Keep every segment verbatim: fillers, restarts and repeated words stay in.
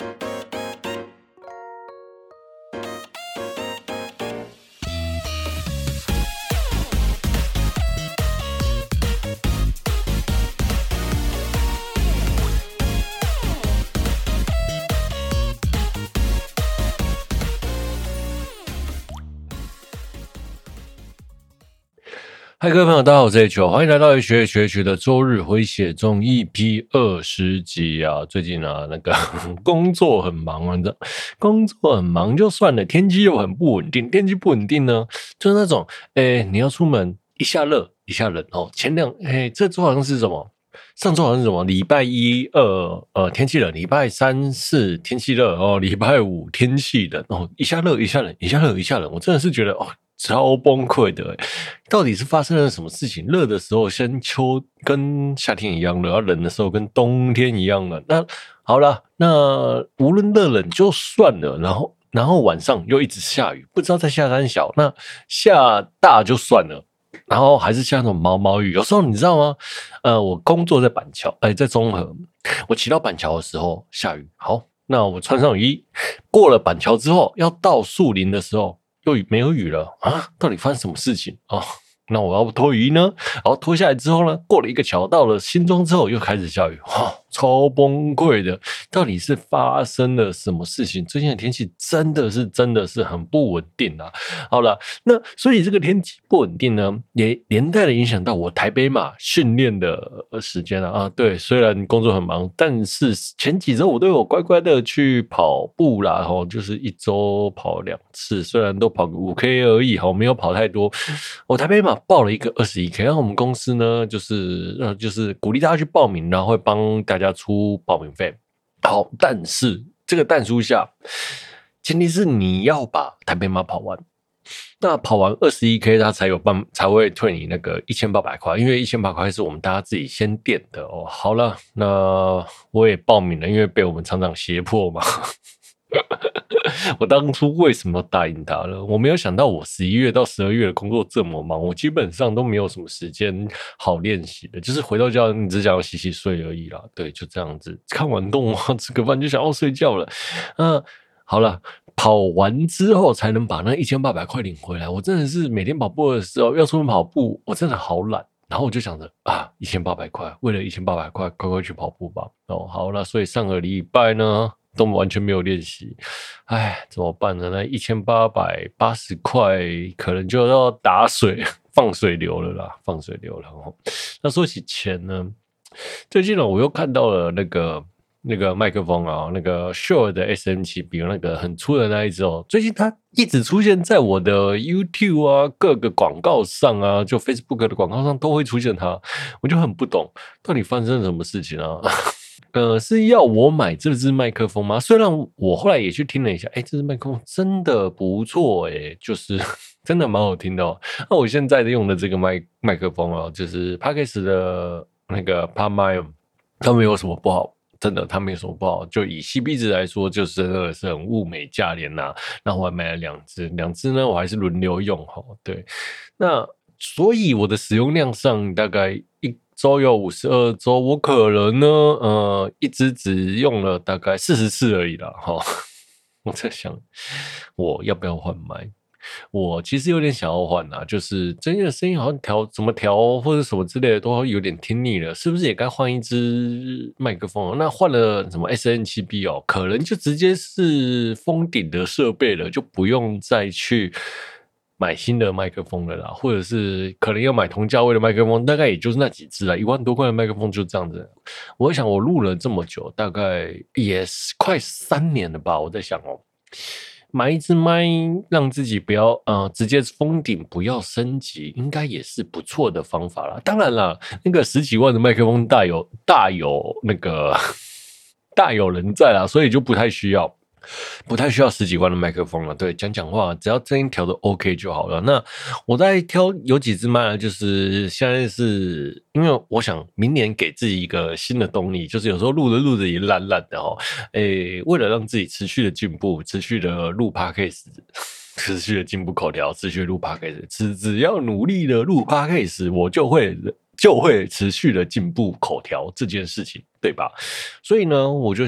嗨，各位朋友，大家好，我是 H 欢迎来到学学学的周日回血中 E P 二十集啊！最近啊，那个工作很忙啊，你知道，工作很忙就算了，天气又很不稳定，天气不稳定呢，就是那种，诶，你要出门一下热一下冷哦。前两，诶，这周好像是什么？上周好像是什么？礼拜一、二，呃，天气冷；礼拜三、四天气热哦；礼拜五天气冷哦，一下热一下冷，一下热一下冷，我真的是觉得哦。超崩溃的，到底是发生了什么事情？热的时候像秋跟夏天一样热，而冷的时候跟冬天一样冷。那好了，那无论热冷就算了，然后然后晚上又一直下雨，不知道在下三小，那下大就算了，然后还是下那种毛毛雨。有时候你知道吗？呃，我工作在板桥，哎，在中和，我骑到板桥的时候下雨，好，那我穿上雨衣，过了板桥之后，要到树林的时候。又没有雨了啊！到底发生什么事情啊？那我要不脱雨衣呢？然后脱下来之后呢，过了一个桥，到了新庄之后又开始下雨，哇，超崩溃的！到底是发生了什么事情？最近的天气真的是真的是很不稳定啊！好了，那所以这个天气不稳定呢，也连带的影响到我台北马训练的时间了啊。对，虽然工作很忙，但是前几周我都有乖乖的去跑步啦，吼，就是一周跑两次，虽然都跑个五 K 而已，吼，没有跑太多。我台北马报了一个二十一 K， 然后我们公司呢，就是呃，就是鼓励大家去报名，然后会帮大家出报名费。好，但是这个但书下，前提是你要把台北马跑完。那跑完二十一 K， 他才有办才会退你那个一千八百块，因为一千八百块是我们大家自己先垫的哦。好了，那我也报名了，因为被我们厂长胁迫嘛。我当初为什么答应他了？我没有想到我十一月到十二月的工作这么忙，我基本上都没有什么时间好练习的，就是回到家你只想要洗洗睡而已啦。对，就这样子，看完动画吃个饭就想要睡觉了。嗯，好了，跑完之后才能把那一千八百块领回来。我真的是每天跑步的时候要出门跑步，我真的好懒。然后我就想着啊，一千八百块，为了一千八百块，快快去跑步吧。哦，好了，所以上个礼拜呢。都完全没有练习，哎，怎么办呢？那一千八百八十块可能就要打水放水流了啦，放水流了哦。那说起钱呢，最近呢我又看到了那个那个麦克风啊，那个 Shure 的 S M 七，比如那个很粗的那一只哦，最近它一直出现在我的 YouTube 啊各个广告上啊，就 Facebook 的广告上都会出现它，我就很不懂到底发生了什么事情啊。呃，是要我买这支麦克风吗？虽然我后来也去听了一下，哎，这支麦克风真的不错，哎，就是真的蛮好听的哦。那我现在用的这个麦麦克风哦，就是 Parkes 的那个 Palm， 它没有什么不好，真的它没有什么不好。就以 C P 值来说，就是真的是很物美价廉呐。那我还买了两支，两支呢我还是轮流用哈。对，那所以我的使用量上大概一。周有五十二周，我可能呢，呃，一直只用了大概四十次而已啦，哈。我在想，我要不要换麦？我其实有点想要换啊，就是真的声音好像调怎么调或者什么之类的都有点听腻了，是不是也该换一支麦克风？那换了什么 S N 七 B 哦，可能就直接是封顶的设备了，就不用再去。买新的麦克风了啦，或者是可能要买同价位的麦克风，大概也就是那几支啦，一万多块的麦克风就这样子。我想我录了这么久，大概也是快三年了吧。我在想哦，买一支麦让自己不要呃直接封顶，不要升级，应该也是不错的方法啦。当然啦，那个十几万的麦克风大有大有那个大有人在啦，所以就不太需要。不太需要十几万的麦克风了，对，讲讲话只要声音调的 OK 就好了。那我在挑有几支麦呢，就是现在是因为我想明年给自己一个新的动力，就是有时候录着录着也懒懒的哦，诶，为了让自己持续的进步，持续的录 Podcast。持续的进步口条，持续录 Podcast， 只只要努力的录 Podcast， 我就会就会持续的进步口条这件事情，对吧？所以呢，我就想。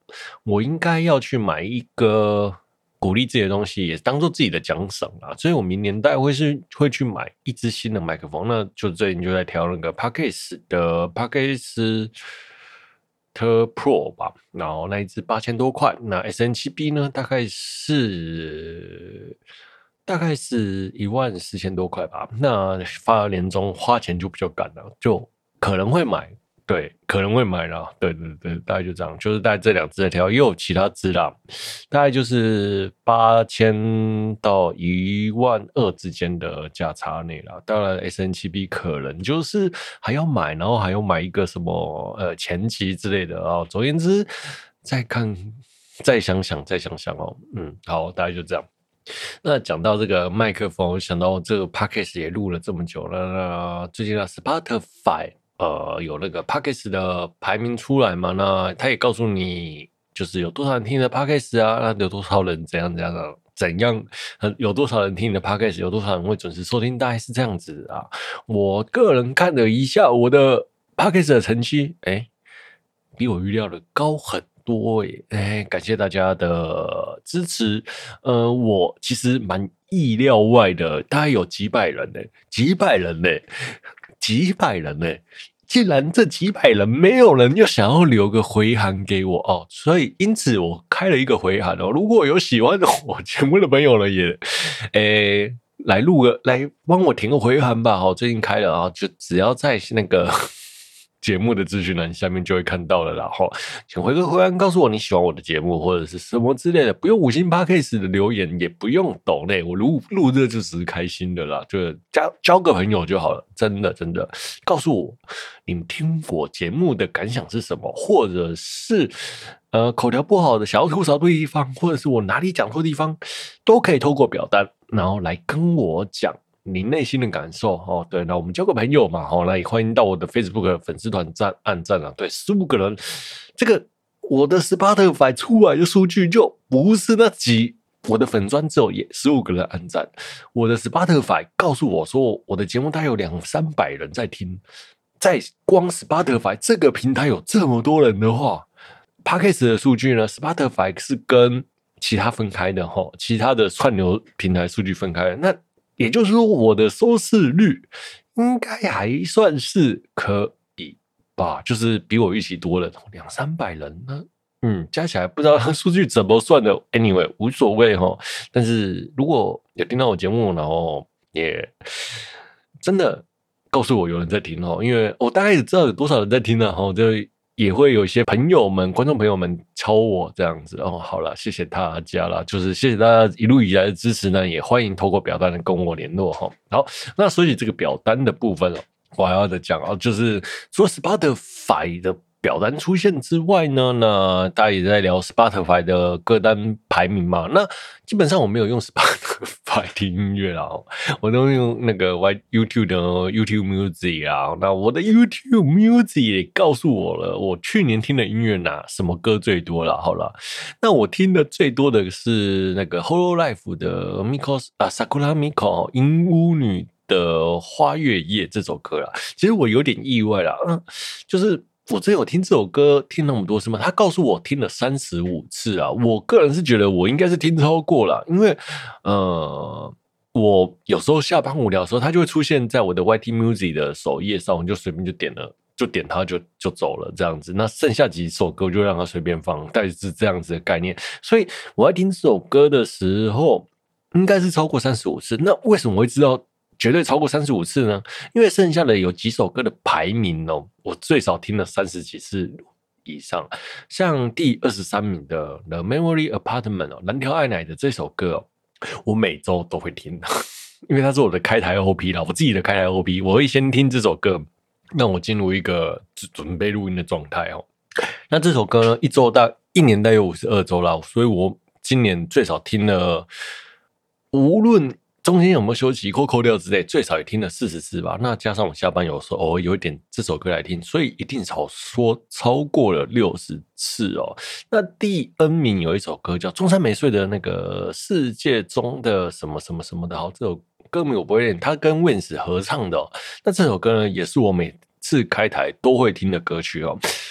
我应该要去买一个鼓励自己的东西，也当做自己的奖赏啦。所以我明年大概会是会去买一支新的麦克风，那就最近就在挑那个 Parkes 的 Parkes Pro 吧，然后那一支八千多块，那 S N 七 B 呢，大概是大概是一万四千多块吧。那发了年终花钱就比较赶了，就可能会买。对，可能会买啦，对对对，大概就这样，就是大概这两支在挑，也有其他支啦，大概就是八千到一万二之间的价差内啦。当然 S N 七 B 可能就是还要买，然后还要买一个什么呃前期之类的啊。总而言之，再看，再想想，再想想哦，嗯，好，大概就这样。那讲到这个麦克风，我想到这个 Podcast 也录了这么久了，那最近的 Spotify。呃，有那个 Podcast 的排名出来嘛？那他也告诉你，就是有多少人听你的 Podcast 啊，那有多少人怎样怎样的，怎样，有多少人听你的 Podcast， 有多少人会准时收听，大概是这样子啊。我个人看了一下我的 Podcast 的成绩，哎，比我预料的高很多耶！哎，感谢大家的支持。呃，我其实蛮意料外的，大概有几百人呢，几百人呢。几百人呢、欸，竟然这几百人没有人又想要留个回函给我哦，所以因此我开了一个回函哦。如果有喜欢的我节目的朋友呢，也诶来录个来帮我填个回函吧。哦，最近开了啊，就只要在那个节目的资讯栏下面就会看到了啦。哈，请回个回函告诉我你喜欢我的节目或者是什么之类的，不用五星 Podcast 的留言，也不用抖内，我录录这就只是开心的啦，就交交个朋友就好了。真的真的，告诉我你们听我节目的感想是什么，或者是呃口条不好的想要吐槽的地方，或者是我哪里讲错地方，都可以透过表单然后来跟我讲。你内心的感受哦，对，那我们交个朋友嘛，好，那也欢迎到我的 Facebook 粉丝团站按赞啊，对，十五个人，这个我的 Spotify 出来的数据就不是那几，我的粉专只有也十五个人按赞，我的 Spotify 告诉我说我的节目大概有两三百人在听，在光 Spotify 这个平台有这么多人的话 ，Podcast 的数据呢 ，Spotify 是跟其他分开的哈，其他的串流平台数据分开的，那。也就是说，我的收视率应该还算是可以吧，就是比我预期多了两三百人呢。嗯，加起来不知道数据怎么算的 ，anyway 无所谓哈。但是如果有听到我节目，然后也真的告诉我有人在听哦，因为我大概也知道有多少人在听了哈，就。也会有一些朋友们、观众朋友们敲我这样子哦。好了，谢谢大家啦，就是谢谢大家一路以来的支持呢，也欢迎透过表单跟我联络哈。好，那所以这个表单的部分哦，我还要再讲啊，就是除了 Spotify 的表单出现之外呢，那大家也在聊 Spotify 的歌单排名嘛。那基本上我没有用 Spotify 听音乐啦，我都用那个 YouTube 的 YouTube Music 啊。那我的 YouTube Music 也告诉我了，我去年听的音乐哪什么歌最多啦。好了，那我听的最多的是那个 Hololive 的 Miko 啊 Sakura Miko 樱巫女的花月夜这首歌啦。其实我有点意外啦，嗯，就是。我真有听这首歌听那么多次吗？他告诉我听了三十五次啊！我个人是觉得我应该是听超过了，因为呃，我有时候下班无聊的时候，它就会出现在我的 Y T Music 的首页上，我就随便就点了，就点它就就走了这样子。那剩下几首歌就让它随便放，大概是这样子的概念。所以我在听这首歌的时候，应该是超过三十五次。那为什么会知道？绝对超过三十五次呢，因为剩下的有几首歌的排名哦，我最少听了三十几次以上。像第二十三名的 The Memory Apartment 哦，蓝条爱奶的这首歌哦，我每周都会听，因为它是我的开台 O P 啦，我自己的开台 O P， 我会先听这首歌，让我进入一个准备录音的状态哦。那这首歌呢，一周大一年大约有五十二周啦，所以我今年最少听了，无论中间有没有休息或扣掉之类，最少也听了四十次吧。那加上我下班有时候偶尔有一点这首歌来听，所以一定少说超过了六十次哦。那第 N 名有一首歌叫中山美穗的那个世界中的什么什么什么的，好，这首歌名我不会念，他跟 Wins 合唱的哦。那这首歌呢，也是我每次开台都会听的歌曲哦。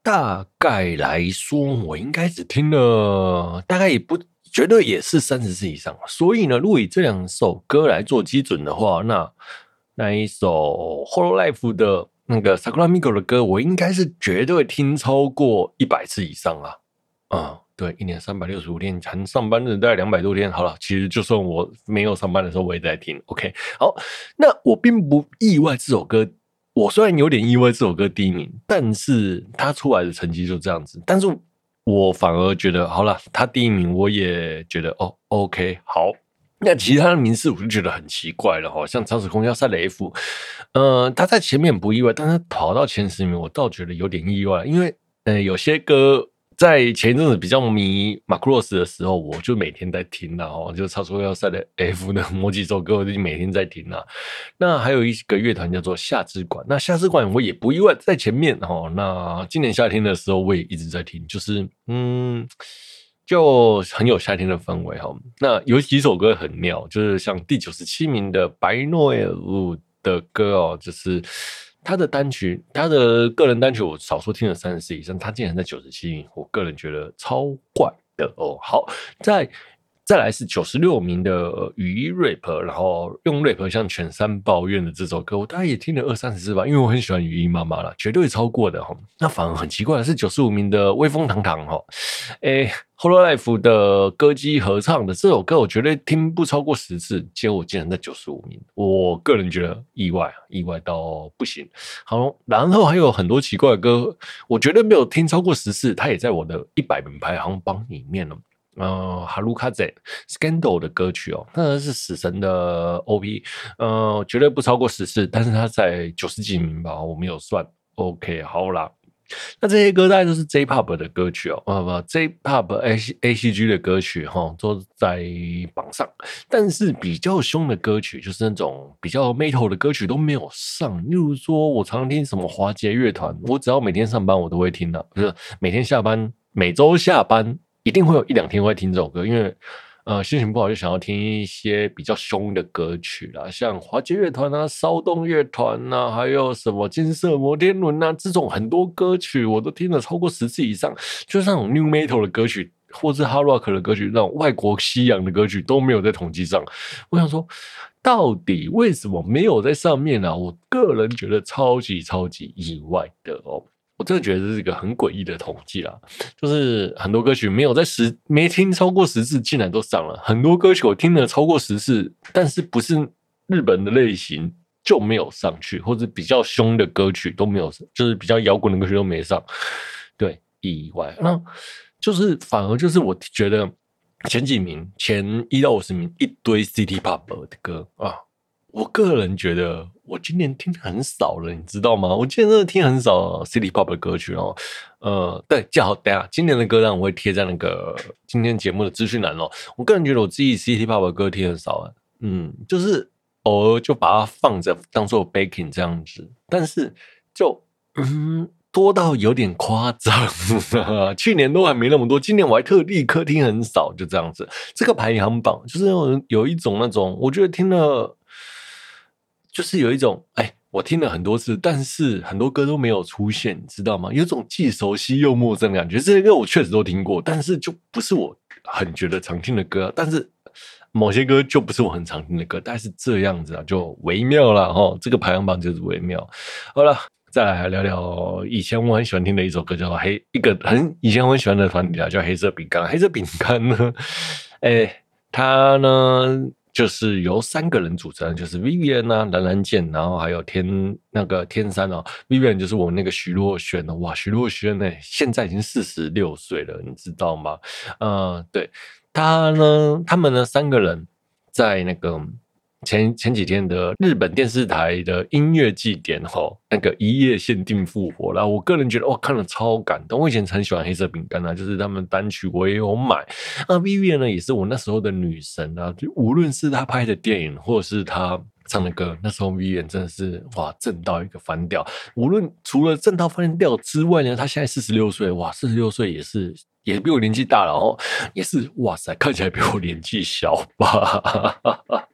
大概来说，我应该只听了，大概也不绝对也是三十次以上。所以呢，如果以这两首歌来做基准的话，那那一首 Hololive 的那个 Sakura Migo 的歌，我应该是绝对听超过一百次以上啊。啊、嗯，对，一年三百六十五天，含上班日大概两百多天。好了，其实就算我没有上班的时候，我也在听。OK， 好，那我并不意外这首歌。我虽然有点意外这首歌第一名，但是他出来的成绩就这样子。但是我反而觉得，好了，他第一名我也觉得哦 ，OK， 好。那其他的名次我就觉得很奇怪了哈，像超时空要塞的 F， 呃，他在前面不意外，但他跑到前十名，我倒觉得有点意外，因为呃有些歌。在前一阵子比较迷马克罗斯的时候，我就每天在听啦哦，就超时空要塞的 F 的某几首歌，我就每天在听啦。那还有一个乐团叫做夏之馆，那夏之馆我也不意外在前面哦。那今年夏天的时候，我也一直在听，就是嗯，就很有夏天的氛围哈。那有几首歌很妙，就是像第九十七名的白诺尔的歌哦，就是。他的单曲，他的个人单曲，我少说听了三十次以上，他竟然在九十七名，我个人觉得超怪的哦。好，再再来是九十六名的语音 rap， 然后用 rap 向全山抱怨的这首歌，我大概也听了二三十次吧，因为我很喜欢语音妈妈啦，绝对超过的哈。那反而很奇怪的是九十五名的威风堂堂哈，诶 Hololive 的歌姬合唱的这首歌，我绝对听不超过十次，结果竟然在九十五名，我个人觉得意外，意外到不行。好，然后还有很多奇怪的歌，我绝对没有听超过十次，它也在我的一百名排行榜里面了。呃，哈鲁卡仔 Scandal 的歌曲哦，那是死神的 O P， 呃，绝对不超过十次，但是它在九十几名吧，我没有算。OK， 好啦。那这些歌大概都是 J-Pop 的歌曲哦，呃不 ，J-Pop A C G 的歌曲哈、哦，都在榜上。但是比较凶的歌曲，就是那种比较 metal 的歌曲都没有上。例如说，我常听什么华杰乐团，我只要每天上班我都会听的，就是每天下班，每周下班一定会有一两天会听这首歌，因为。呃，心情不好就想要听一些比较凶的歌曲啦，像华杰乐团啊、骚动乐团啊，还有什么金色摩天轮啊，这种很多歌曲我都听了超过十次以上。就是那种 New Metal 的歌曲，或是 Hard Rock 的歌曲，那种外国西洋的歌曲都没有在统计上。我想说，到底为什么没有在上面啊？我个人觉得超级超级意外的哦。我真的觉得这是一个很诡异的统计啦，就是很多歌曲没有在十没听超过十次，竟然都上了。很多歌曲我听了超过十次，但是不是日本的类型就没有上去，或者比较凶的歌曲都没有，就是比较摇滚的歌曲都没上。对，意外。那就是反而就是我觉得前几名前一到五十名一堆 City Pop 的歌啊。我个人觉得，我今年听很少了，你知道吗？我今年真的听很少 City Pop 的歌曲哦。呃，对，正好等一下，今年的歌单我会贴在那个今天节目的资讯栏哦。我个人觉得我自己 City Pop 的歌听很少啊，嗯，就是偶尔就把它放着当做 baking 这样子，但是就嗯。多到有点夸张，去年都还没那么多，今年我还特地客听很少，就这样子。这个排行榜就是有有一种那种，我觉得听了。就是有一种，哎，我听了很多次，但是很多歌都没有出现，你知道吗？有种既熟悉又陌生的感觉。这些歌我确实都听过，但是就不是我很觉得常听的歌。但是某些歌就不是我很常听的歌，大概是这样子啊，就微妙啦齁。这个排行榜就是微妙。好了，再来聊聊以前我很喜欢听的一首歌，叫做黑，一个很以前我很喜欢的团体啊，叫黑色饼干。黑色饼干呢，哎，它呢。就是由三个人组成，就是 Vivian 啊、蓝蓝健，然后还有天那个天山哦。Vivian 就是我们那个徐若瑄的，哇，徐若瑄呢，现在已经四十六岁了，你知道吗？呃，对，他呢，他们呢三个人在那个前前几天的日本电视台的音乐祭典吼，那个一夜限定复活啦，我个人觉得哇，看了超感动。我以前很喜欢黑色饼干啊，就是他们单曲我也有买。那 Vivian 呢，也是我那时候的女神啊，就无论是她拍的电影，或者是她唱的歌，那时候 Vivian 真的是哇，正到一个翻掉。无论除了正到翻掉之外呢，她现在四十六岁，哇，四十六岁也是。也比我年纪大了哦，也是哇塞，看起来比我年纪小吧。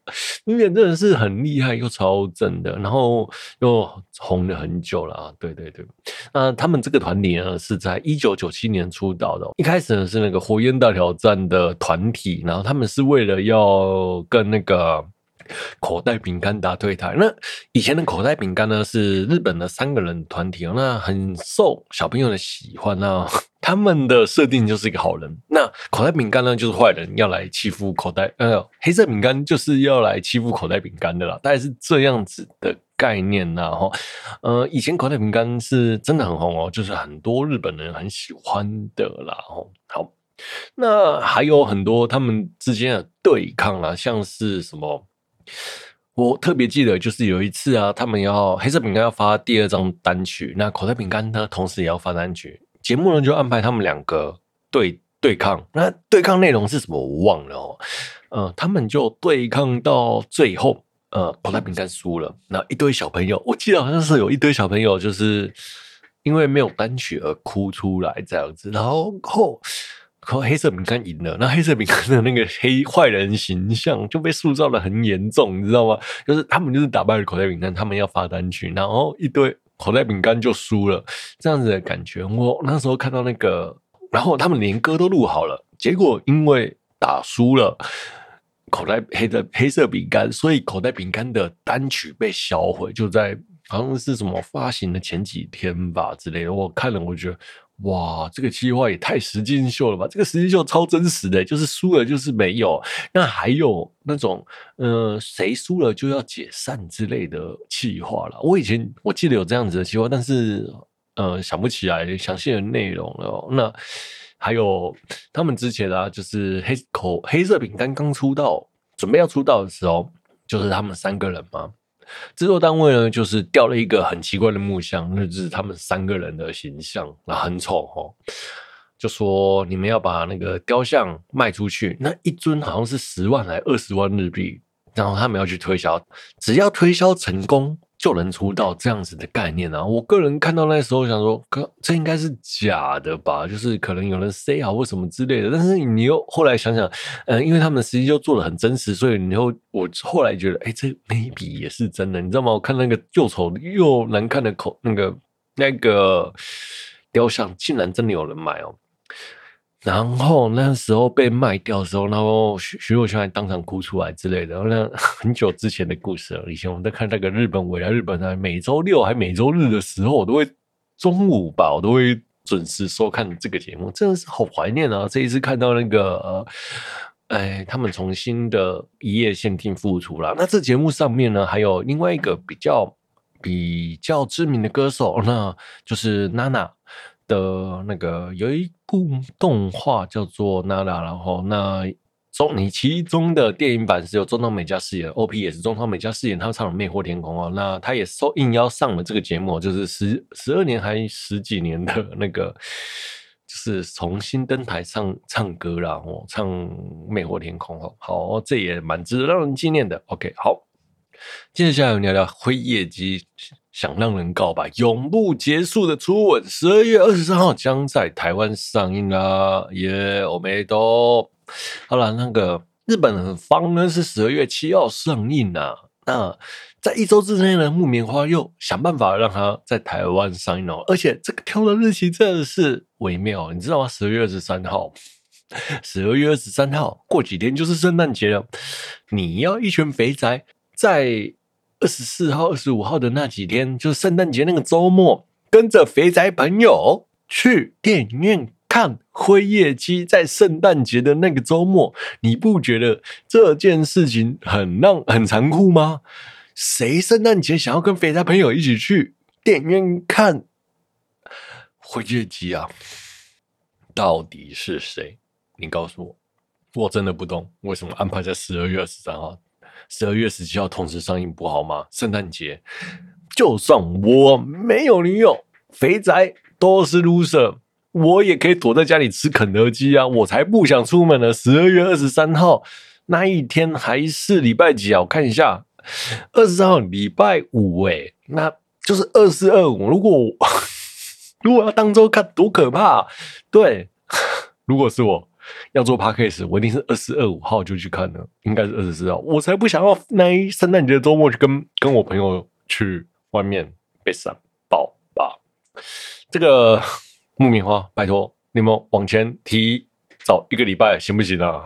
Vivian 真的是很厉害又超正的，然后又红了很久了啊！对对对，那他们这个团体呢是在一九九七年出道的、哦，一开始呢是那个火焰大挑战的团体，然后他们是为了要跟那个口袋饼干打对台。那以前的口袋饼干呢是日本的三个人团体哦，那很受小朋友的喜欢啊。他们的设定就是一个好人，那口袋饼干呢就是坏人，要来欺负口袋呃黑色饼干就是要来欺负口袋饼干的啦，大概是这样子的概念呐哈。呃，以前口袋饼干是真的很红哦，就是很多日本人很喜欢的啦哦。好，那还有很多他们之间的对抗啦，像是什么？我特别记得，就是有一次啊，他们要黑色饼干要发第二张单曲，那口袋饼干呢，同时也要发单曲。节目呢就安排他们两个对对抗，那对抗内容是什么我忘了哦。呃，他们就对抗到最后，呃，口袋饼干输了，那一堆小朋友，我记得好像是有一堆小朋友就是因为没有单曲而哭出来这样子，然后后。黑色饼干赢了，那黑色饼干的那个黑坏人形象就被塑造的很严重，你知道吗？就是他们就是打败了口袋饼干，他们要发单曲，然后一堆口袋饼干就输了，这样子的感觉。我那时候看到那个，然后他们连歌都录好了，结果因为打输了口袋黑的黑色饼干，所以口袋饼干的单曲被销毁，就在好像是什么发行的前几天吧之类的。我看了，我觉得。哇，这个企划也太实境秀了吧！这个实境秀超真实的，就是输了就是没有。那还有那种，呃，谁输了就要解散之类的企划了。我以前我记得有这样子的企划，但是呃想不起来详细的内容了、哦。那还有他们之前啊，就是黑口黑色饼干刚出道，准备要出道的时候，就是他们三个人嘛。制作单位呢，就是调了一个很奇怪的木像，那就是他们三个人的形象，那很丑哦。就说你们要把那个雕像卖出去，那一尊好像是十万还二十万日币，然后他们要去推销，只要推销成功就能出道这样子的概念啊。我个人看到那时候想说，这应该是假的吧，就是可能有人 say 好或什么之类的。但是你又后来想想，呃，因为他们的实际就做得很真实，所以你又我后来觉得，哎，这 maybe 也是真的，你知道吗？我看那个又丑又难看的口那个那个雕像，竟然真的有人买哦。然后那时候被卖掉的时候，然后徐徐若瑄还当场哭出来之类的。那很久之前的故事了。以前我们在看那个日本未来日本台每周六还每周日的时候，我都会中午吧，我都会准时收看这个节目，真的是好怀念啊！这一次看到那个呃，哎，他们重新的一夜限定复出了。那这节目上面呢，还有另外一个比较比较知名的歌手，那就是娜娜。的那个有一部动画叫做《娜娜》，然后那中你其中的电影版是由中岛美嘉饰演 ，O P 也是中岛美嘉饰演，他唱了《魅惑天空》哦。那他也受应邀上了这个节目，就是十十二年还十几年的那个，就是重新登台唱唱歌啦，哦，唱《魅惑天空》哦。好，这也蛮值得让人纪念的。OK， 好，接下来聊聊辉夜姬。想让人告白，永不结束的初吻，十二月二十三号将在台湾上映啦！耶，我没都好了。那个日本方呢是十二月七号上映啊。那在一周之内呢，木棉花又想办法让它在台湾上映哦。而且这个挑的日期真的是微妙，你知道吗？十二月二十三号，十二月二十三号过几天就是圣诞节了。你要一群肥宅在。二十四号、二十五号的那几天，就是圣诞节那个周末，跟着肥宅朋友去电影院看辉夜姬，在圣诞节的那个周末，你不觉得这件事情很让很残酷吗？谁圣诞节想要跟肥宅朋友一起去电影院看辉夜姬啊？到底是谁？你告诉我，我真的不懂为什么安排在十二月二十三号。十二月十七号同时上映不好吗？圣诞节，就算我没有女友，肥宅都是 loser， 我也可以躲在家里吃肯德基啊！我才不想出门呢。十二月二十三号那一天还是礼拜几啊？我看一下，二十三号礼拜五诶、欸，那就是二四二五。如果我如果要当周看，多可怕、啊！对，如果是我。 要做 podcast， 我一定是二四二五号就去看了，应该是二十四号，我才不想要那一圣诞节周末去跟跟我朋友去外面被闪爆吧。这个木棉花，拜托你们往前提早一个礼拜行不行啊？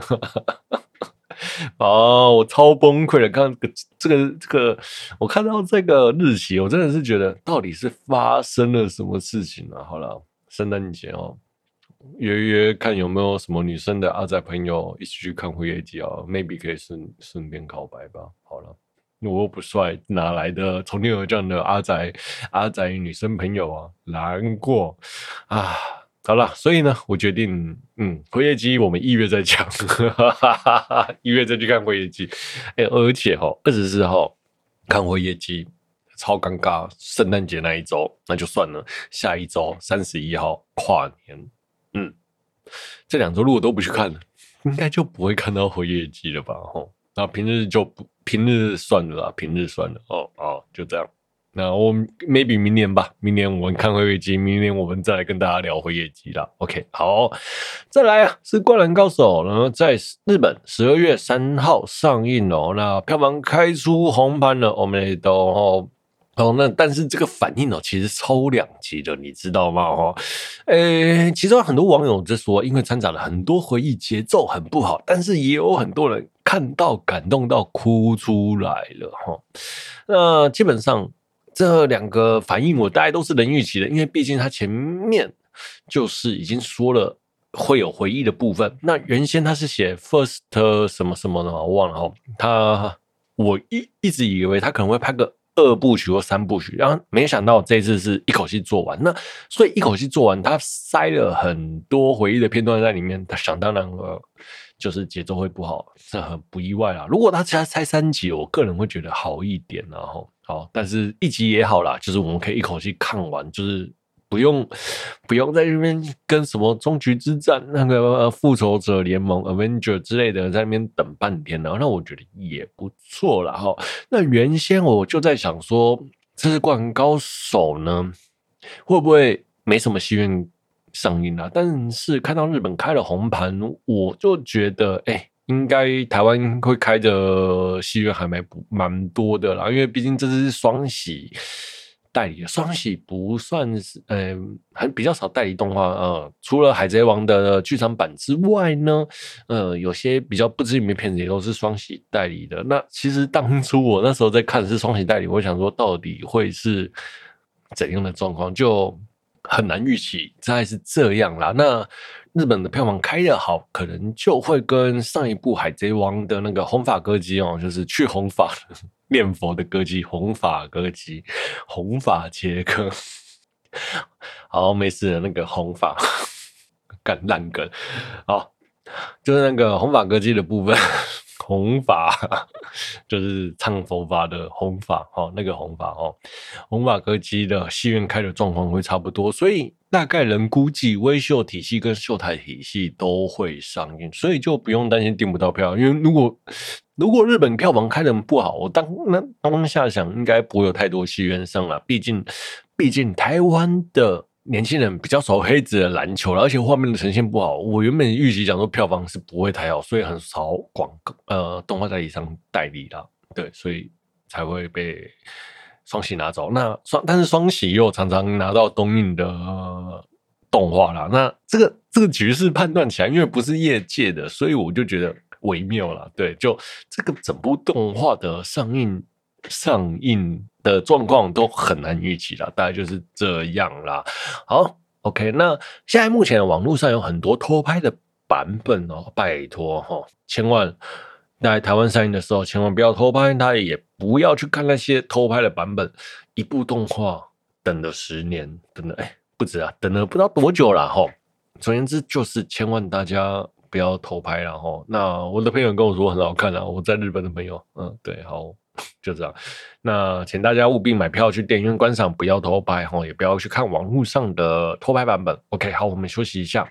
啊，我超崩溃的，看这个这个，我看到这个日期，我真的是觉得到底是发生了什么事情啊？好了，圣诞节哦，约约看有没有什么女生的阿仔朋友一起去看辉夜姬啊 ，maybe 可以顺顺便告白吧。好了，我又不帅，哪来的从天而降的阿仔阿仔女生朋友啊？难过啊！好了，所以呢，我决定，嗯，辉夜姬我们一月再讲，一月再去看辉夜姬。哎、欸，而且哈、哦，二十四号看辉夜姬超尴尬，圣诞节那一周那就算了，下一周三十一号跨年，嗯，这两周如果都不去看了，应该就不会看到辉夜姬了吧？吼，那平日就不平日算了啦，平日算了，哦哦，就这样。那我 maybe 明年吧，明年我们看辉夜姬，明年我们再来跟大家聊辉夜姬啦。OK， 好，再来啊，是《灌篮高手》，然后在日本十二月三号上映哦，那票房开出红盘了，我们都哦。哦，那但是这个反应哦，其实超两极的，你知道吗？哦，诶，其中很多网友就说，因为掺杂了很多回忆，节奏很不好，但是也有很多人看到感动到哭出来了哈、哦。那基本上这两个反应，我大概都是能预期的，因为毕竟他前面就是已经说了会有回忆的部分。那原先他是写 first 什么什么的，我忘了哈。他我一一直以为他可能会拍个二部曲或三部曲，然后没想到这一次是一口气做完。那所以一口气做完，他塞了很多回忆的片段在里面，他想当然了，就是节奏会不好，这很不意外啦。如果他才拆三集，我个人会觉得好一点啦，然后好，但是一集也好啦，就是我们可以一口气看完，就是不用不用在那边跟什么终局之战、那个复仇者联盟 Avenger 之类的在那边等半天了，那我觉得也不错啦齁。那原先我就在想说，这是《灌篮高手》呢，会不会没什么戏院上映啊？但是看到日本开了红盘，我就觉得，哎、欸。应该台湾会开的戏院还蛮蛮多的啦，因为毕竟这是双喜代理的，双喜不算是呃，还比较少代理动画呃，除了海贼王的剧场版之外呢，呃，有些比较不知名的片子也都是双喜代理的。那其实当初我那时候在看是双喜代理，我想说到底会是怎样的状况，就很难预期，大概是这样啦。那日本的票房开得好，可能就会跟上一部《海贼王》的那个红发歌姬哦，就是去红发念佛的歌姬，红发歌姬，红发切割。好，没事了，那个红发干烂梗，好，就是那个红发歌姬的部分。红发就是唱佛法的红发哦，那个红发哦，红发歌姬的戏院开的状况会差不多，所以大概人估计微秀体系跟秀台体系都会上映，所以就不用担心订不到票，因为如果如果日本票房开的不好，我当那当下想应该不会有太多戏院上了，毕竟毕竟台湾的年轻人比较熟黑子的篮球，而且画面的呈现不好。我原本预期讲说票房是不会太好，所以很少广告呃动画代理商代理啦，对，所以才会被双喜拿走。那双但是双喜又常常拿到东映的、呃、动画啦。那这个这个局势判断起来，因为不是业界的，所以我就觉得微妙啦。对，就这个整部动画的上映。上映的状况都很难预期啦，大概就是这样啦。好 ，OK， 那现在目前网络上有很多偷拍的版本哦，拜托齁，千万在台湾上映的时候，千万不要偷拍，大家也不要去看那些偷拍的版本。一部动画等了十年，等了哎不止啊，等了不知道多久啦齁。总而言之，就是千万大家不要偷拍啦齁。那我的朋友跟我说很好看啊，我在日本的朋友，嗯，对，好。就这样，那请大家务必买票去电影院观赏，不要偷拍齁，也不要去看网络上的偷拍版本。OK， 好，我们休息一下。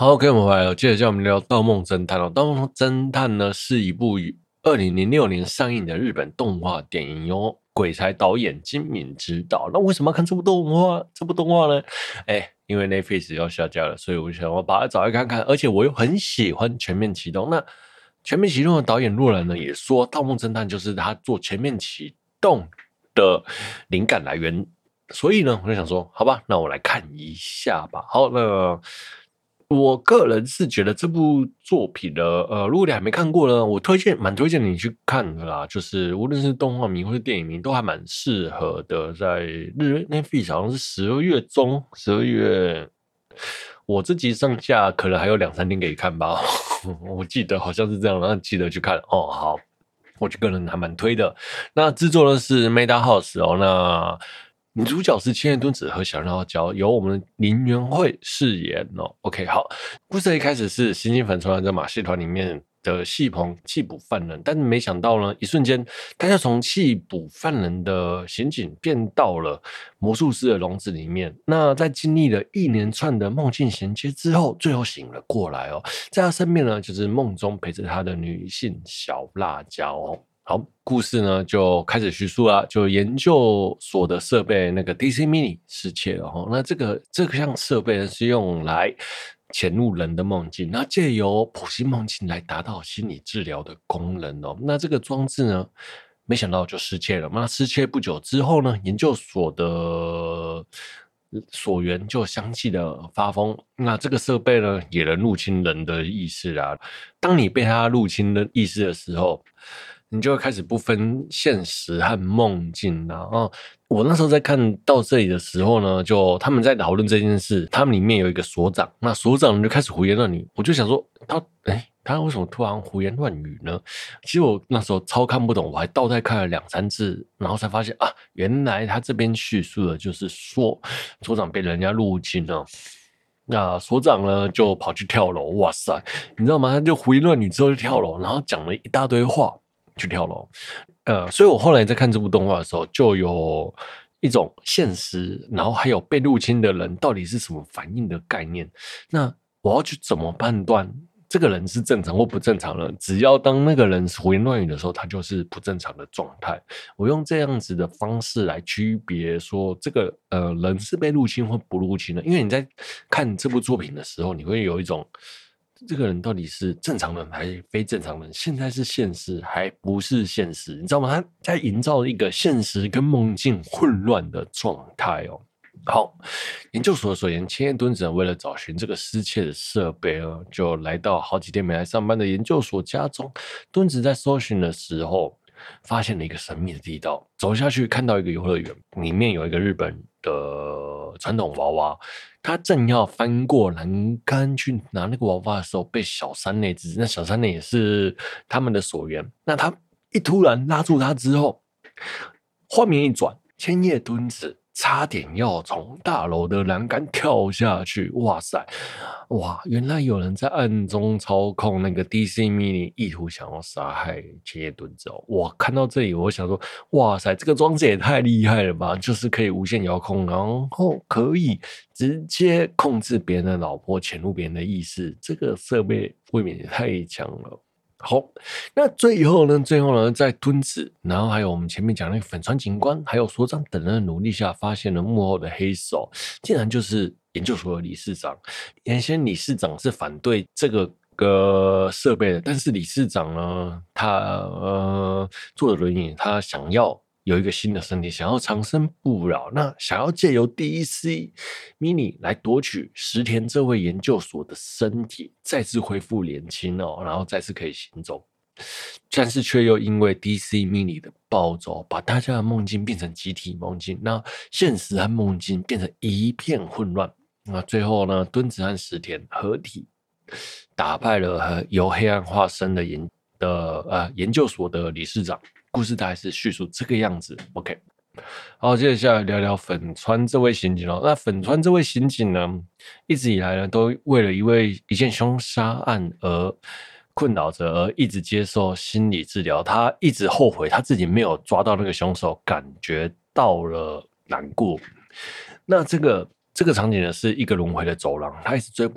好，OK，我们回来了。接着叫我们聊《盗梦侦探》哦，《盗梦侦探》呢是一部于二零零六年上映的日本动画电影，由鬼才导演金敏执导。那为什么要看这部动画？这部动画呢？哎，因为 Netflix 要下架了，所以我想我把它找来看看。而且我又很喜欢《全面启动》。那《全面启动》的导演洛兰呢，也说《盗梦侦探》就是他做《全面启动》的灵感来源。所以呢，我就想说，好吧，那我来看一下吧。好，那我个人是觉得这部作品呢，呃，如果你还没看过呢，我推荐蛮推荐你去看的啦。就是无论是动画迷或是电影迷，都还蛮适合的。在日 Netflix 好像是十二月中，十二月我这集上架可能还有两三天可以看吧。我记得好像是这样，然后记得去看哦。好，我个人还蛮推的。那制作的是 Madhouse 哦，那女主角是千叶敦子和小绕娇，由我们林元惠饰演哦。OK， 好，故事的一开始是新金粉传在马戏团里面的戏棚缉捕犯人，但是没想到呢，一瞬间他就从缉捕犯人的刑警变到了魔术师的笼子里面。那在经历了一连串的梦境衔接之后，最后醒了过来哦，在他身边呢，就是梦中陪着他的女性小辣椒哦。好，故事呢就开始叙述啦。就研究所的设备那个 D C Mini 失窃了哈。那这个这个项设备呢是用来潜入人的梦境，那借由剖析梦境来达到心理治疗的功能哦。那这个装置呢，没想到就失窃了。那失窃不久之后呢，研究所的所员就相继的发疯。那这个设备呢，也能入侵人的意识啊。当你被它入侵的意识的时候，你就会开始不分现实和梦境啊。哦，我那时候在看到这里的时候呢，就他们在讨论这件事，他们里面有一个所长，那所长就开始胡言乱语，我就想说他，哎，他为什么突然胡言乱语呢？其实我那时候超看不懂，我还倒带看了两三次，然后才发现啊，原来他这边叙述的就是说所长被人家入侵了。那所长呢就跑去跳楼，哇塞，你知道吗？他就胡言乱语之后就跳楼，然后讲了一大堆话。去跳楼，呃，所以我后来在看这部动画的时候，就有一种现实，然后还有被入侵的人到底是什么反应的概念。那我要去怎么判断这个人是正常或不正常呢？只要当那个人胡言乱语的时候，他就是不正常的状态。我用这样子的方式来区别说，这个呃人是被入侵或不入侵的。因为你在看这部作品的时候，你会有一种。这个人到底是正常人还是非正常人？现在是现实还不是现实？你知道吗？他在营造一个现实跟梦境混乱的状态哦。好，研究所所言，千叶敦子为了找寻这个失窃的设备呢，就来到好几天没来上班的研究所家中。敦子在搜寻的时候，发现了一个神秘的地道，走下去看到一个游乐园，里面有一个日本的传统娃娃。他正要翻过栏杆去拿那个娃娃的时候，被小山内指，那小山内也是他们的所员。那他一突然拉住他之后，画面一转，千叶敦子差点要从大楼的栏杆跳下去。哇塞，哇，原来有人在暗中操控那个 D C Mini， 意图想要杀害千叶敦子哦。我看到这里，我想说，哇塞，这个装置也太厉害了吧！就是可以无线遥控，然后可以直接控制别人的老婆，潜入别人的意识，这个设备未免也太强了。好，那最后呢？最后呢，在敦子，然后还有我们前面讲那个粉川警官，还有所长等人的努力下，发现了幕后的黑手，竟然就是研究所的理事长。原先理事长是反对这个个设备的，但是理事长呢，他呃坐着轮椅，他想要有一个新的身体，想要长生不老，那想要借由 D C Mini 来夺取石田这位研究所的身体，再次恢复年轻哦，然后再次可以行走。但是却又因为 D C Mini 的暴走，把大家的梦境变成集体梦境，那现实和梦境变成一片混乱。那最后呢，敦子和石田合体打败了由黑暗化身的研的呃研究所的理事长。故事大概是叙述这个样子 ，OK。好，接下来聊聊粉川这位刑警哦。那粉川这位刑警呢，一直以来呢，都为了一位一件凶杀案而困扰着，而一直接受心理治疗。他一直后悔他自己没有抓到那个凶手，感觉到了难过。那这个这个场景呢，是一个轮回的走廊，他一直追不。不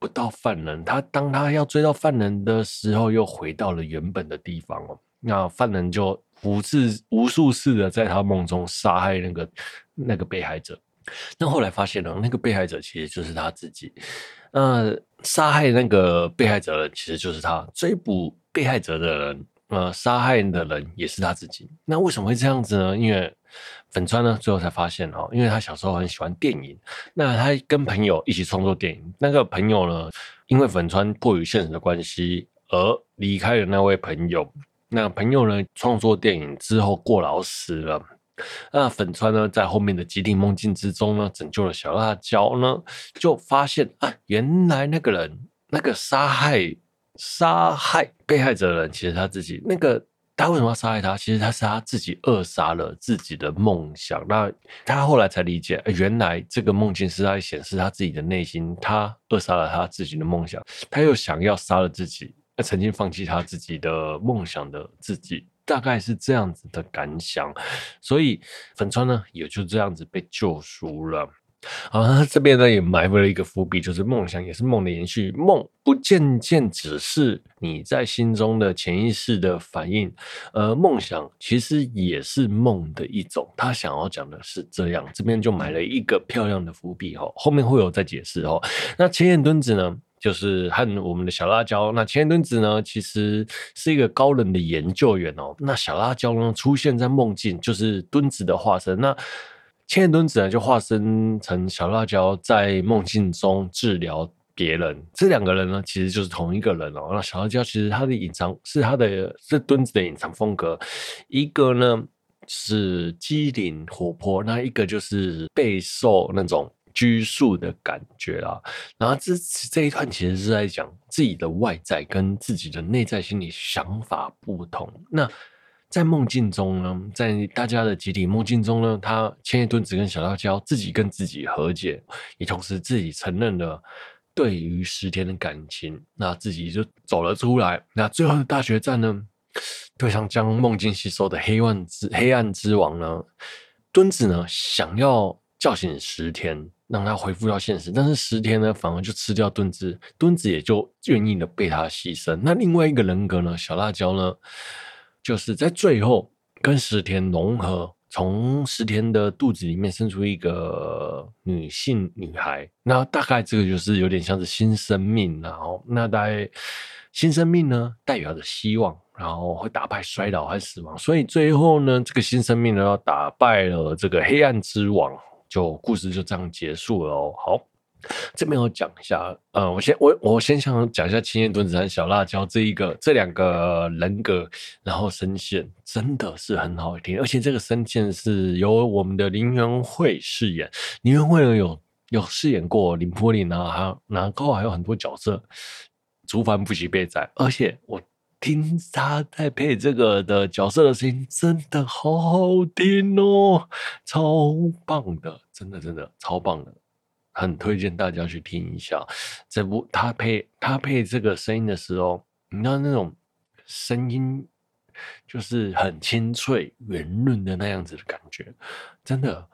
不到犯人，他当他要追到犯人的时候，又回到了原本的地方哦。那犯人就无次无数次的在他梦中杀害那个那个被害者。那后来发现了，那个被害者其实就是他自己。呃，杀害那个被害者的人其实就是他，追捕被害者的人，呃，杀害的人也是他自己。那为什么会这样子呢？因为粉川呢，最后才发现哦，因为他小时候很喜欢电影，那他跟朋友一起创作电影。那个朋友呢，因为粉川迫于现实的关系而离开了那位朋友。那朋友呢，创作电影之后过劳死了。那粉川呢，在后面的集体梦境之中呢，拯救了小辣椒呢，就发现啊，原来那个人，那个杀害杀害被害者的人，其实他自己。那个他为什么要杀害他？其实他是他自己扼杀了自己的梦想。那他后来才理解，原来这个梦境是在显示他自己的内心，他扼杀了他自己的梦想，他又想要杀了自己，曾经放弃他自己的梦想的自己。大概是这样子的感想，所以粉川呢也就这样子被救赎了。啊，这边呢也埋伏了一个伏笔，就是梦想也是梦的延续，梦不渐渐只是你在心中的潜意识的反应，而梦想其实也是梦的一种。他想要讲的是这样，这边就埋了一个漂亮的伏笔哦，后面会有再解释哦。那千叶敦子呢？就是和我们的小辣椒，那千叶敦子呢，其实是一个高冷的研究员哦。那小辣椒呢，出现在梦境，就是敦子的化身。那千叶敦子呢，就化身成小辣椒，在梦境中治疗别人。这两个人呢，其实就是同一个人哦。那小辣椒其实他的隐藏是他的是敦子的隐藏风格，一个呢是机灵活泼，那一个就是备受那种拘束的感觉啦。然后这这一段其实是在讲自己的外在跟自己的内在心理想法不同。那在梦境中呢，在大家的集体梦境中呢，他千叶敦子跟小辣椒自己跟自己和解，也同时自己承认了对于石田的感情，那自己就走了出来。那最后的大决战呢，对上将梦境吸收的黑暗之黑暗之王呢，敦子呢想要叫醒石田，让他恢复到现实，但是石田呢反而就吃掉敦子，敦子也就愿意的被他牺牲。那另外一个人格呢，小辣椒呢，就是在最后跟石田融合，从石田的肚子里面生出一个女性女孩。那大概这个就是有点像是新生命，然后那大概新生命呢代表着希望，然后会打败衰老和死亡，所以最后呢，这个新生命呢要打败了这个黑暗之王。就故事就这样结束了哦。好，这边我讲一下，呃，我先我我先想讲一下千叶敦子和小辣椒这一个这两个人格，然后声线真的是很好听，而且这个声线是由我们的林元惠饰演。林元惠呢有有饰演过林柏林啊，还有然后还有很多角色，竹凡不喜被宰，而且我听他在配这个的角色的声音，真的好好听哦，超棒的，真的真的超棒的，很推荐大家去听一下。这部他配他配这个声音的时候，你知道那种声音就是很清脆圆润的那样子的感觉，真的，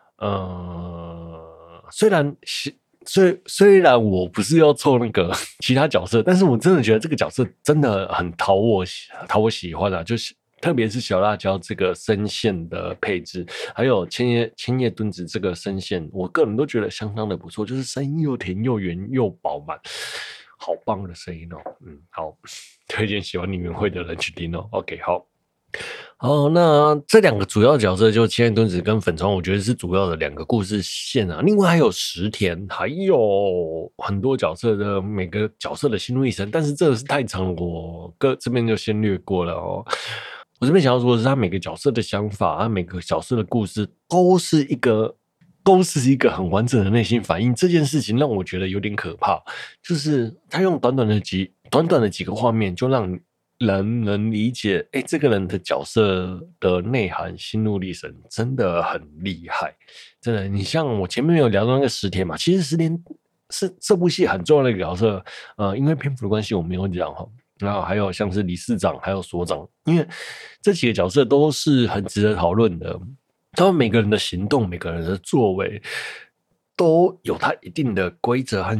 呃，虽然虽虽然我不是要凑那个其他角色，但是我真的觉得这个角色真的很讨我讨我喜欢啊，就是特别是小辣椒这个声线的配置，还有千叶千叶敦子这个声线，我个人都觉得相当的不错，就是声音又甜又圆又饱满，好棒的声音哦。嗯，好，推荐喜欢李元惠的人去听哦。OK， 好。好，那这两个主要角色就千叶敦子跟粉川，我觉得是主要的两个故事线啊。另外还有石田，还有很多角色的每个角色的心路历程，但是这个是太长了，我个这边就先略过了哦。我这边想要说的是，他每个角色的想法，他每个角色的故事都是一个都是一个很完整的内心反应。这件事情让我觉得有点可怕，就是他用短短的几短短的几个画面就让人能理解，哎，这个人的角色的内涵、心路历程真的很厉害，真的。你像我前面有聊到那个石田嘛，其实石田是这部戏很重要的一个角色，呃，因为篇幅的关系我没有讲哈。然后还有像是理事长，还有所长，因为这几个角色都是很值得讨论的。他们每个人的行动、每个人的作为，都有他一定的规则和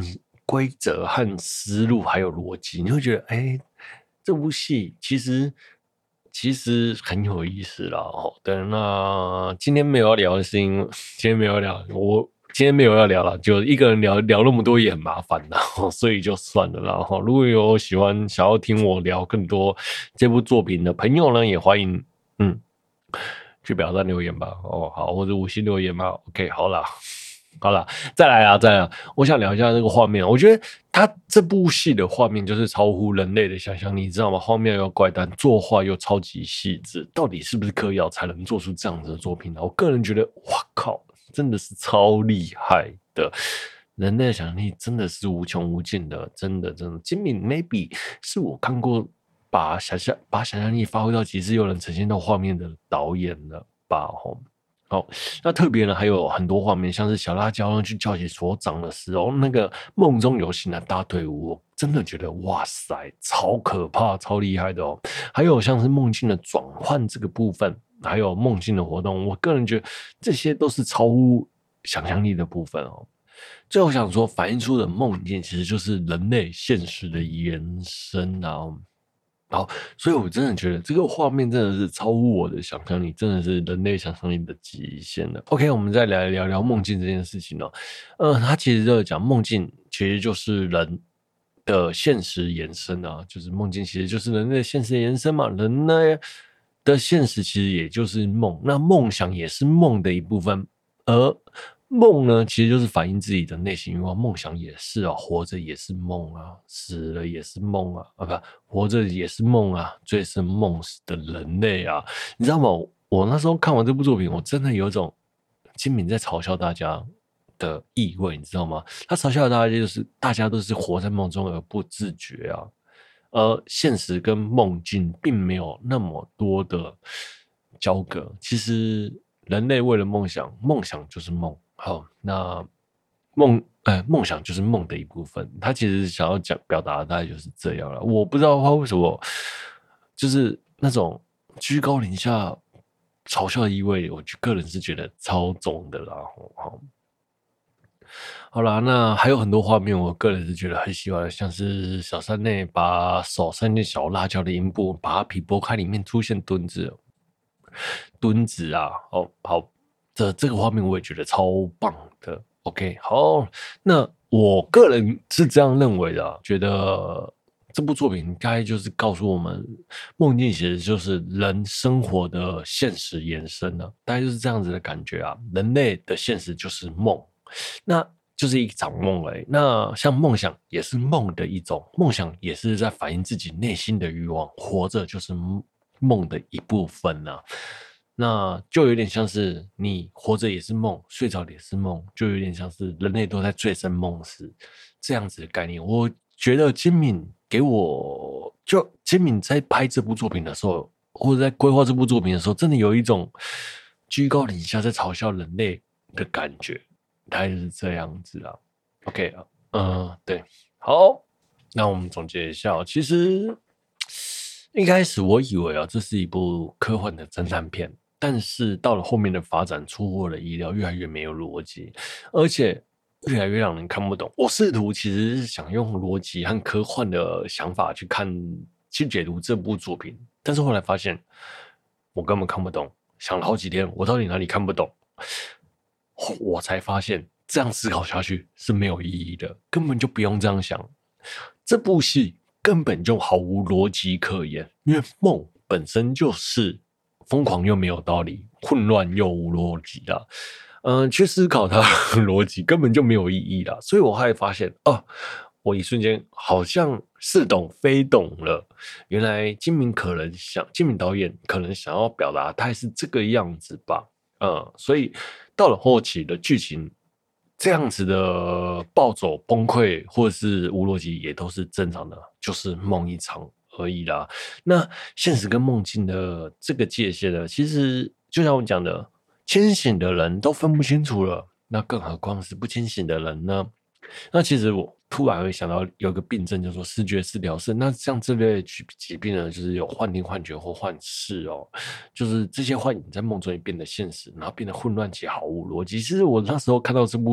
规则和思路还有逻辑，你会觉得哎，这部戏其实其实很有意思啦。哦，对，那今天没有要聊的是因为今天没有要聊，我今天没有要聊了，就一个人聊聊那么多也很麻烦啦，所以就算了啦。哈，如果有喜欢想要听我聊更多这部作品的朋友呢，也欢迎嗯去表单留言吧。哦，好，或者五星留言吧。OK，好啦。好了，再来啊，再来啊！我想聊一下这个画面。我觉得他这部戏的画面就是超乎人类的想象力，你知道吗？画面又怪诞，作画又超级细致，到底是不是嗑药才能做出这样子的作品呢？我个人觉得，哇靠，真的是超厉害的。人类的想象力真的是无穷无尽的，真的真的。金敏 maybe 是我看过把想象把想象力发挥到极致，又能呈现到画面的导演了吧？吼。好，那特别呢，还有很多画面，像是小辣椒去叫起所长的时候，那个梦中有形的大队伍，我真的觉得哇塞，超可怕，超厉害的哦。还有像是梦境的转换这个部分，还有梦境的活动，我个人觉得这些都是超乎想象力的部分哦。最后想说，反映出的梦境其实就是人类现实的延伸啊。好，所以我真的觉得这个画面真的是超乎我的想象力，真的是人类想象力的极限了。OK，我们再来聊聊梦境这件事情哦。呃，他其实就讲梦境其实就是人的现实延伸啊，就是梦境其实就是人类的现实的延伸嘛。人类的现实其实也就是梦，那梦想也是梦的一部分，而梦呢，其实就是反映自己的内心欲望，梦想也是啊，活着也是梦啊，死了也是梦啊，啊不，活着也是梦啊，醉生梦死的人类啊，你知道吗？我那时候看完这部作品，我真的有一种金敏在嘲笑大家的意味，你知道吗？他嘲笑大家就是大家都是活在梦中而不自觉啊，而现实跟梦境并没有那么多的交隔，其实人类为了梦想，梦想就是梦。好，那梦，呃，梦想就是梦的一部分。他其实想要讲表达的大概就是这样了。我不知道他为什么，就是那种居高临下嘲笑的意味，我个人是觉得超重的啦。好，好啦，那还有很多画面，我个人是觉得很喜欢，像是小山内把手伸进小辣椒的阴部，把它皮剥开，里面出现墩子，墩子啊，哦，好，这这个画面我也觉得超棒的。OK，好，那我个人是这样认为的啊，觉得这部作品应该就是告诉我们，梦境其实就是人生活的现实延伸了，大概就是这样子的感觉啊。人类的现实就是梦，那就是一场梦而已。那像梦想也是梦的一种，梦想也是在反映自己内心的欲望，活着就是梦的一部分啊。那就有点像是你活着也是梦，睡着也是梦，就有点像是人类都在醉生梦死这样子的概念。我觉得金敏给我，就金敏在拍这部作品的时候，或者在规划这部作品的时候，真的有一种居高临下在嘲笑人类的感觉，大概就是这样子啊。OK 啊，嗯，对，好，那我们总结一下哦，其实一开始我以为啊，这是一部科幻的侦探片。但是到了后面的发展出乎我的意料，越来越没有逻辑，而且越来越让人看不懂。我试图其实是想用逻辑和科幻的想法去看、去解读这部作品，但是后来发现我根本看不懂。想了好几天，我到底哪里看不懂？我才发现这样思考下去是没有意义的，根本就不用这样想。这部戏根本就毫无逻辑可言，因为梦本身就是疯狂又没有道理，混乱又无逻辑啦。嗯、呃，去思考它的逻辑根本就没有意义啦。所以我还发现，哦，我一瞬间好像似懂非懂了。原来金敏可能想，金敏导演可能想要表达，他是这个样子吧。嗯，所以到了后期的剧情，这样子的暴走、崩溃或者是无逻辑，也都是正常的，就是梦一场而已啦。那现实跟梦境的这个界限呢，其实就像我讲的，清醒的人都分不清楚了，那更何况是不清醒的人呢？那其实我突然会想到有一个病症叫做视觉失调症，那像这类疾疾病呢，就是有幻听、幻觉或幻视哦，就是这些幻影在梦中也变得现实，然后变得混乱且毫无逻辑。其实我那时候看到这部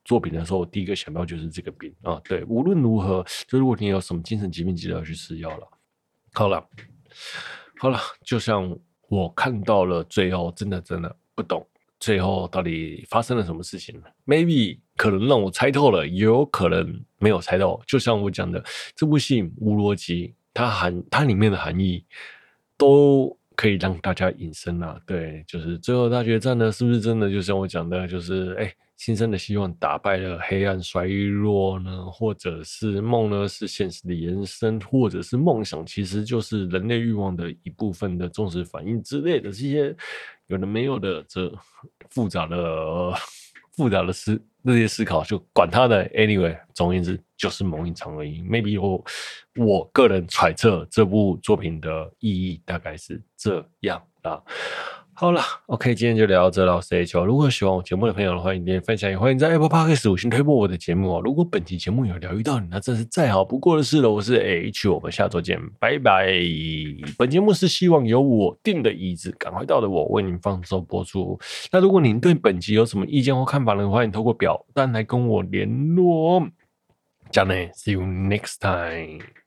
作品的时候，我第一个想到就是这个病啊。对，无论如何，就如果你有什么精神疾病，记得要去吃药了。好了，好了，就像我看到了最后，真的真的不懂最后到底发生了什么事情。Maybe 可能让我猜透了，也有可能没有猜透。就像我讲的，这部戏无逻辑，它含它里面的含义都可以让大家引申啊。对，就是最后大决战呢，是不是真的就像我讲的，就是哎。新生的希望打败了黑暗衰弱呢，或者是梦呢是现实的延伸，或者是梦想其实就是人类欲望的一部分的忠实反应之类的这些有的没有的这复杂的、呃、复杂的思那些思考，就管他的 anyway， 总而言之就是梦一场而已。maybe 我我个人揣测这部作品的意义大概是这样啦。好了 ，OK， 今天就聊到这了，我是 H。如果喜欢我节目的朋友，欢迎点分享，也欢迎在 Apple Podcast 五星推播我的节目哦。如果本期节目有疗愈到你，那真是再好不过的事了。我是 H， 我们下周见，拜拜。本节目是希望由我订的椅子赶快到的我为您放送播出。那如果您对本集有什么意见或看法呢，欢迎透过表单来跟我联络。这样呢 ，See you next time。